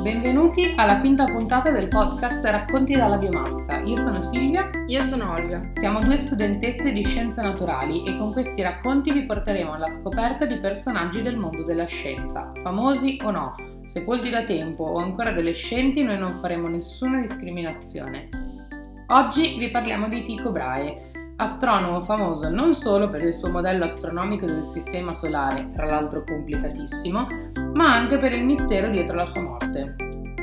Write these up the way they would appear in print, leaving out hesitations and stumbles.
Benvenuti alla quinta puntata del podcast Racconti dalla biomassa. Io sono Silvia. Io sono Olga. Siamo due studentesse di scienze naturali e con questi racconti vi porteremo alla scoperta di personaggi del mondo della scienza, famosi o no, sepolti da tempo o ancora adolescenti. Noi non faremo nessuna discriminazione. Oggi vi parliamo di Tycho Brahe, astronomo famoso non solo per il suo modello astronomico del sistema solare, tra l'altro complicatissimo, ma anche per il mistero dietro la sua morte.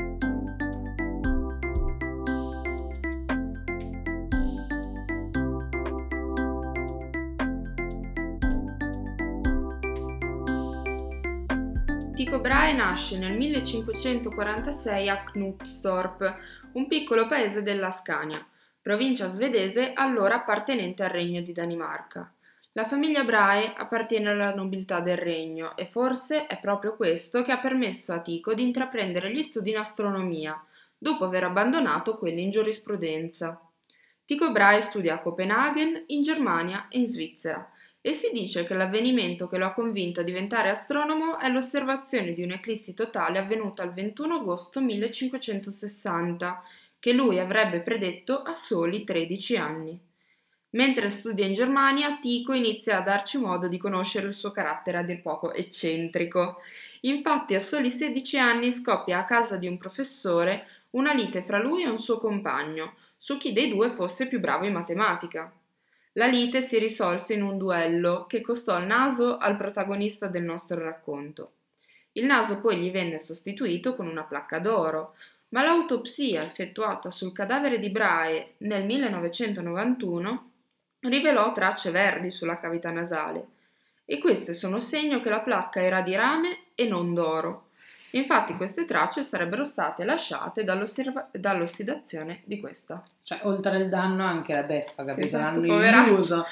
Tycho Brahe nasce nel 1546 a Knutstorp, un piccolo paese della Scania, provincia svedese allora appartenente al Regno di Danimarca. La famiglia Brahe appartiene alla nobiltà del regno e forse è proprio questo che ha permesso a Tycho di intraprendere gli studi in astronomia, dopo aver abbandonato quelli in giurisprudenza. Tycho Brahe studia a Copenaghen, in Germania e in Svizzera, e si dice che l'avvenimento che lo ha convinto a diventare astronomo è l'osservazione di un'eclissi totale avvenuta il 21 agosto 1560, che lui avrebbe predetto a soli 13 anni. Mentre studia in Germania, Tycho inizia a darci modo di conoscere il suo carattere a dir poco eccentrico. Infatti, a soli 16 anni scoppia a casa di un professore una lite fra lui e un suo compagno, su chi dei due fosse più bravo in matematica. La lite si risolse in un duello che costò il naso al protagonista del nostro racconto. Il naso poi gli venne sostituito con una placca d'oro, ma l'autopsia effettuata sul cadavere di Brahe nel 1991 rivelò tracce verdi sulla cavità nasale, e queste sono segno che la placca era di rame e non d'oro. Infatti queste tracce sarebbero state lasciate dall'ossidazione di questa. Cioè, oltre al danno anche la beffa, capito? Sì, esatto, L'hanno poveraccio. illuso.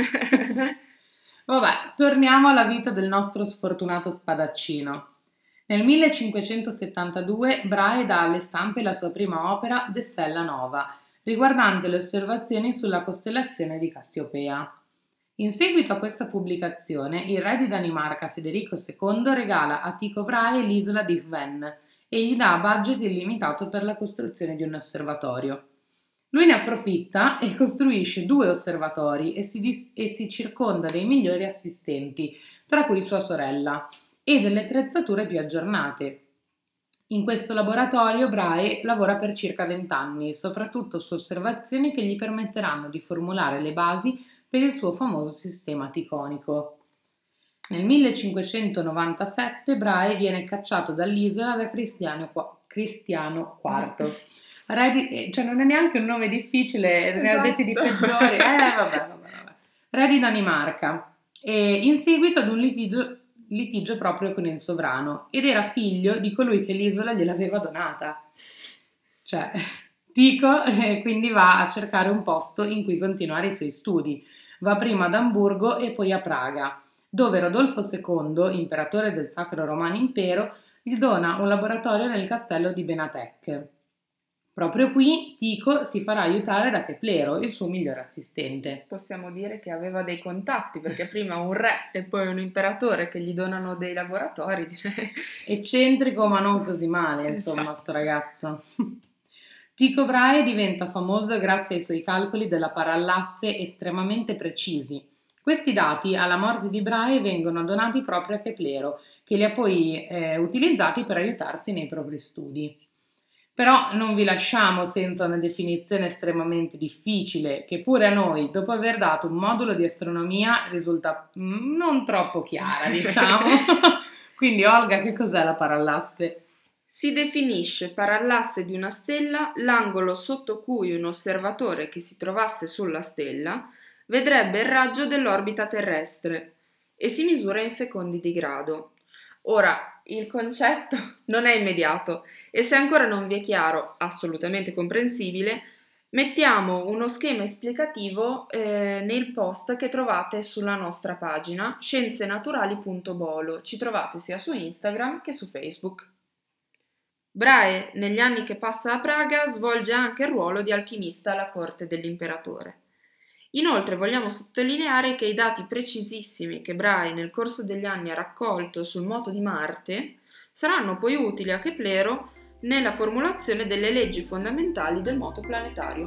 Vabbè, torniamo alla vita del nostro sfortunato spadaccino. Nel 1572 Brahe dà alle stampe la sua prima opera, De Stella Nova, riguardante le osservazioni sulla costellazione di Cassiopea. In seguito a questa pubblicazione, il re di Danimarca Federico II regala a Tycho Brahe l'isola di Hven e gli dà budget illimitato per la costruzione di un osservatorio. Lui ne approfitta e costruisce 2 osservatori e si circonda dei migliori assistenti, tra cui sua sorella, e delle attrezzature più aggiornate. In questo laboratorio Brahe lavora per circa 20 anni, soprattutto su osservazioni che gli permetteranno di formulare le basi per il suo famoso sistema ticonico. Nel 1597 Brahe viene cacciato dall'isola da Cristiano IV. Cioè non è neanche un nome difficile, ne ho detti di peggiori. Vabbè. Re di Danimarca, e in seguito ad un litigio proprio con il sovrano, ed era figlio di colui che l'isola gliel'aveva donata. Cioè, Tycho quindi va a cercare un posto in cui continuare i suoi studi. Va prima ad Amburgo e poi a Praga, dove Rodolfo II, imperatore del Sacro Romano Impero, gli dona un laboratorio nel castello di Benatec. Proprio qui Tycho si farà aiutare da Keplero, il suo migliore assistente. Possiamo dire che aveva dei contatti, perché prima un re e poi un imperatore che gli donano dei laboratori. Direi. Eccentrico ma non così male, insomma, sto ragazzo. Tycho Brahe diventa famoso grazie ai suoi calcoli della parallasse estremamente precisi. Questi dati alla morte di Brahe vengono donati proprio a Keplero, che li ha poi utilizzati per aiutarsi nei propri studi. Però non vi lasciamo senza una definizione estremamente difficile, che pure a noi, dopo aver dato un modulo di astronomia, risulta non troppo chiara, diciamo. Quindi Olga, che cos'è la parallasse? Si definisce parallasse di una stella l'angolo sotto cui un osservatore che si trovasse sulla stella vedrebbe il raggio dell'orbita terrestre e si misura in secondi di grado. Ora, il concetto non è immediato e se ancora non vi è chiaro, assolutamente comprensibile, mettiamo uno schema esplicativo nel post che trovate sulla nostra pagina scienzenaturali.bolo. Ci trovate sia su Instagram che su Facebook. Brahe, negli anni che passa a Praga, svolge anche il ruolo di alchimista alla corte dell'imperatore. Inoltre vogliamo sottolineare che i dati precisissimi che Brahe nel corso degli anni ha raccolto sul moto di Marte saranno poi utili a Keplero nella formulazione delle leggi fondamentali del moto planetario.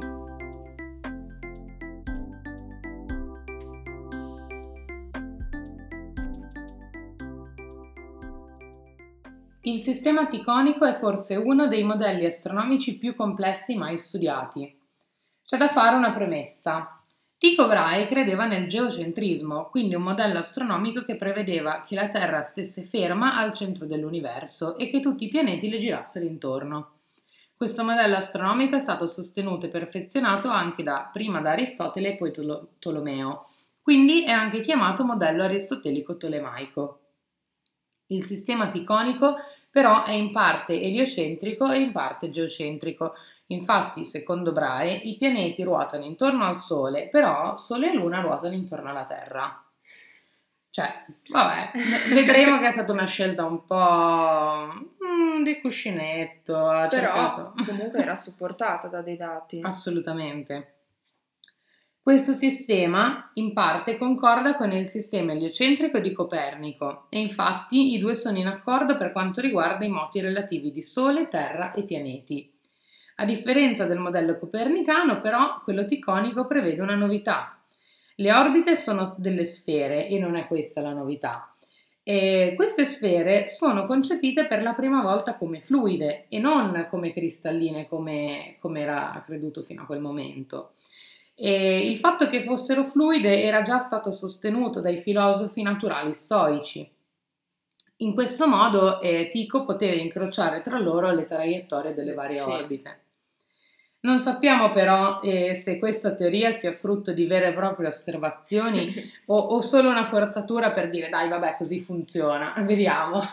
Il sistema ticonico è forse uno dei modelli astronomici più complessi mai studiati. C'è da fare una premessa. Tycho Brahe credeva nel geocentrismo, quindi un modello astronomico che prevedeva che la Terra stesse ferma al centro dell'universo e che tutti i pianeti le girassero intorno. Questo modello astronomico è stato sostenuto e perfezionato anche prima da Aristotele e poi Tolomeo, quindi è anche chiamato modello aristotelico-tolemaico. Il sistema ticonico però è in parte eliocentrico e in parte geocentrico. Infatti, secondo Brahe, i pianeti ruotano intorno al Sole, però Sole e Luna ruotano intorno alla Terra. Cioè, vabbè, vedremo che è stata una scelta un po' di cuscinetto. Però comunque era supportata da dei dati. Assolutamente. Questo sistema in parte concorda con il sistema eliocentrico di Copernico e infatti i due sono in accordo per quanto riguarda i moti relativi di Sole, Terra e pianeti. A differenza del modello copernicano, però, quello ticonico prevede una novità. Le orbite sono delle sfere e non è questa la novità. E queste sfere sono concepite per la prima volta come fluide e non come cristalline come era creduto fino a quel momento. E il fatto che fossero fluide era già stato sostenuto dai filosofi naturali stoici. In questo modo Tycho poteva incrociare tra loro le traiettorie delle varie orbite. Non sappiamo però se questa teoria sia frutto di vere e proprie osservazioni o solo una forzatura per dire dai vabbè così funziona, vediamo.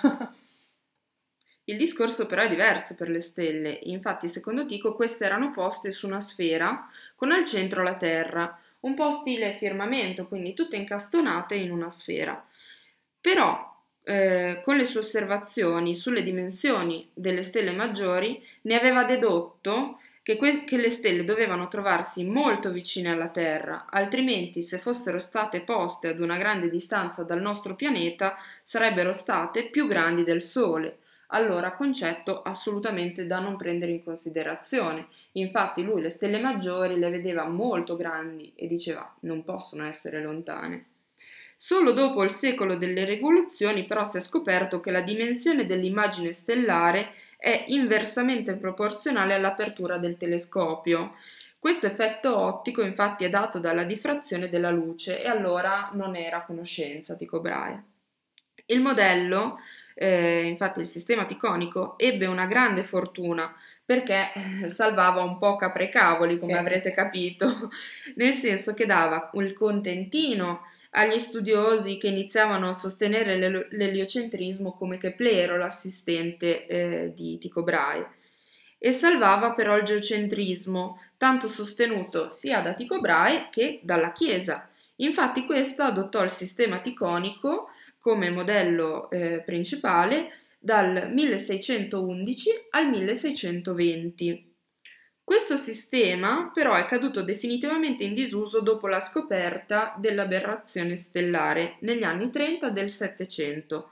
Il discorso però è diverso per le stelle, infatti secondo Tycho queste erano poste su una sfera con al centro la Terra, un po' stile firmamento, quindi tutte incastonate in una sfera. Però con le sue osservazioni sulle dimensioni delle stelle maggiori ne aveva dedotto che le stelle dovevano trovarsi molto vicine alla Terra, altrimenti se fossero state poste ad una grande distanza dal nostro pianeta sarebbero state più grandi del Sole. Allora concetto assolutamente da non prendere in considerazione. Infatti lui le stelle maggiori le vedeva molto grandi e diceva non possono essere lontane. Solo dopo il secolo delle rivoluzioni però si è scoperto che la dimensione dell'immagine stellare è inversamente proporzionale all'apertura del telescopio. Questo effetto ottico infatti è dato dalla diffrazione della luce e allora non era a conoscenza Tycho Brahe. Il modello infatti il sistema ticonico ebbe una grande fortuna perché salvava un po' caprecavoli, come avrete capito, nel senso che dava il contentino agli studiosi che iniziavano a sostenere l'eliocentrismo come Keplero, l'assistente di Tycho Brahe, e salvava però il geocentrismo, tanto sostenuto sia da Tycho Brahe che dalla Chiesa. Infatti questa adottò il sistema ticonico come modello principale dal 1611 al 1620. Questo sistema però è caduto definitivamente in disuso dopo la scoperta dell'aberrazione stellare negli anni 30 del Settecento,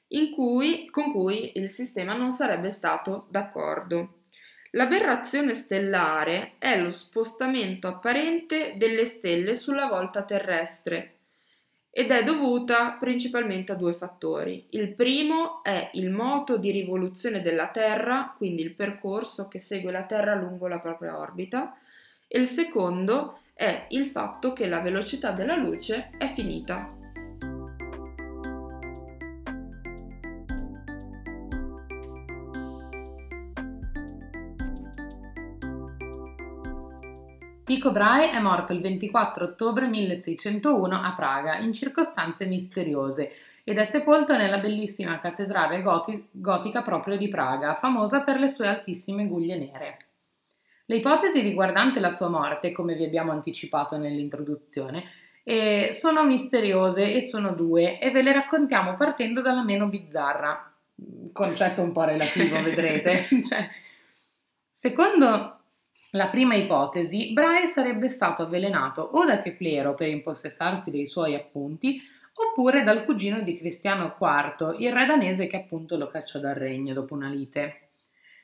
con cui il sistema non sarebbe stato d'accordo. L'aberrazione stellare è lo spostamento apparente delle stelle sulla volta terrestre ed è dovuta principalmente a due fattori. Il primo è il moto di rivoluzione della Terra, quindi il percorso che segue la Terra lungo la propria orbita, e il secondo è il fatto che la velocità della luce è finita. Tycho Brahe è morto il 24 ottobre 1601 a Praga in circostanze misteriose ed è sepolto nella bellissima cattedrale gotica proprio di Praga, famosa per le sue altissime guglie nere. Le ipotesi riguardanti la sua morte, come vi abbiamo anticipato nell'introduzione, sono misteriose e sono due e ve le raccontiamo partendo dalla meno bizzarra, concetto un po' relativo, vedrete. Secondo la prima ipotesi, Brahe sarebbe stato avvelenato o da Keplero per impossessarsi dei suoi appunti, oppure dal cugino di Cristiano IV, il re danese che appunto lo cacciò dal regno dopo una lite.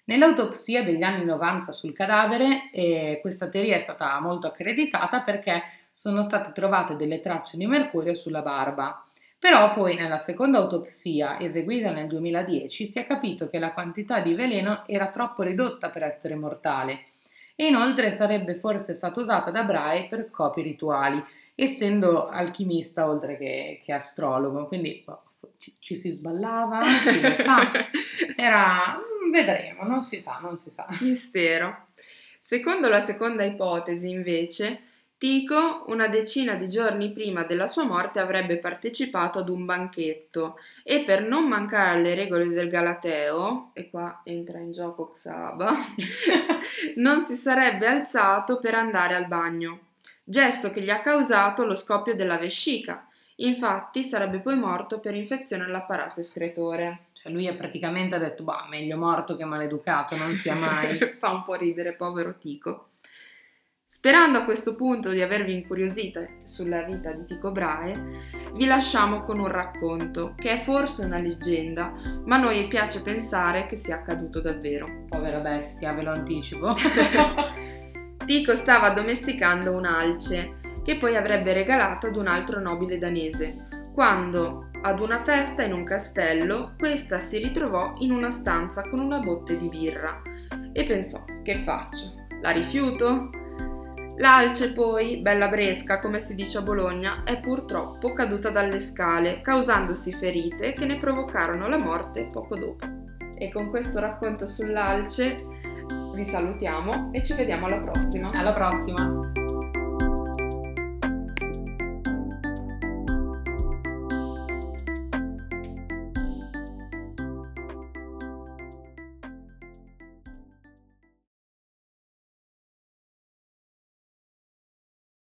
Nell'autopsia degli anni 90 sul cadavere, questa teoria è stata molto accreditata perché sono state trovate delle tracce di mercurio sulla barba. Però poi nella seconda autopsia, eseguita nel 2010, si è capito che la quantità di veleno era troppo ridotta per essere mortale e inoltre sarebbe forse stata usata da Brahe per scopi rituali, essendo alchimista oltre che astrologo, quindi ci si sballava, chi lo sa, vedremo, non si sa. Mistero. Secondo la seconda ipotesi, invece, Tycho, una decina di giorni prima della sua morte, avrebbe partecipato ad un banchetto e per non mancare alle regole del Galateo, e qua entra in gioco Xaba, non si sarebbe alzato per andare al bagno, gesto che gli ha causato lo scoppio della vescica. Infatti sarebbe poi morto per infezione all'apparato escretore. Cioè lui praticamente ha detto, meglio morto che maleducato, non sia mai. Fa un po' ridere, povero Tycho. Sperando a questo punto di avervi incuriosite sulla vita di Tycho Brahe, vi lasciamo con un racconto, che è forse una leggenda, ma a noi piace pensare che sia accaduto davvero. Povera bestia, ve lo anticipo. Tycho stava addomesticando un'alce, che poi avrebbe regalato ad un altro nobile danese, quando, ad una festa in un castello, questa si ritrovò in una stanza con una botte di birra e pensò: che faccio? La rifiuto? L'alce poi, bella bresca come si dice a Bologna, è purtroppo caduta dalle scale, causandosi ferite che ne provocarono la morte poco dopo. E con questo racconto sull'alce vi salutiamo e ci vediamo alla prossima. Alla prossima!